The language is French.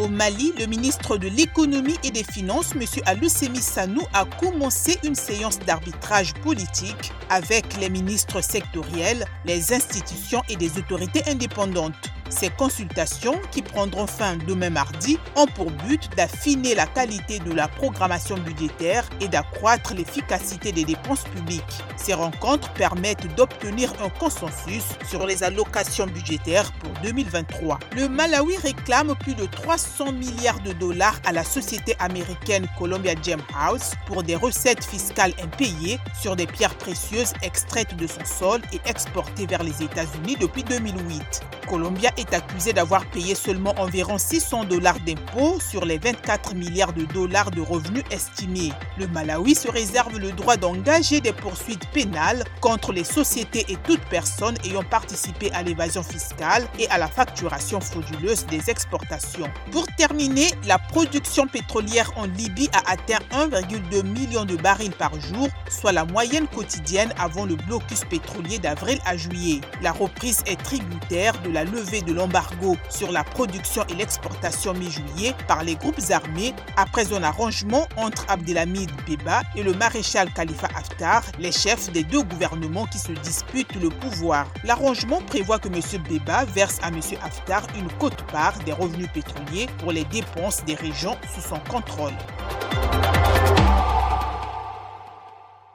Mali, le ministre de l'Économie et des Finances, M. Aloussémi Sanou, a commencé une séance d'arbitrage politique avec les ministres sectoriels, les institutions et des autorités indépendantes. Ces consultations, qui prendront fin demain mardi, ont pour but d'affiner la qualité de la programmation budgétaire et d'accroître l'efficacité des dépenses publiques. Ces rencontres permettent d'obtenir un consensus sur les allocations budgétaires pour 2023. Le Malawi réclame plus de 300 milliards de dollars à la société américaine Columbia Gem House pour des recettes fiscales impayées sur des pierres précieuses extraites de son sol et exportées vers les États-Unis depuis 2008. Columbia est accusé d'avoir payé seulement environ 600 dollars d'impôts sur les 24 milliards de dollars de revenus estimés. Le Malawi se réserve le droit d'engager des poursuites pénales contre les sociétés et toute personne ayant participé à l'évasion fiscale et à la facturation frauduleuse des exportations. Pour terminer, la production pétrolière en Libye a atteint 1,2 million de barils par jour, soit la moyenne quotidienne avant le blocus pétrolier d'avril à juillet. La reprise est tributaire de la levée de l'embargo sur la production et l'exportation mi-juillet par les groupes armés après un arrangement entre Abdelhamid Dbeiba et le maréchal Khalifa Haftar, les chefs des deux gouvernements qui se disputent le pouvoir. L'arrangement prévoit que M. Dbeiba verse à M. Haftar une quote-part des revenus pétroliers pour les dépenses des régions sous son contrôle.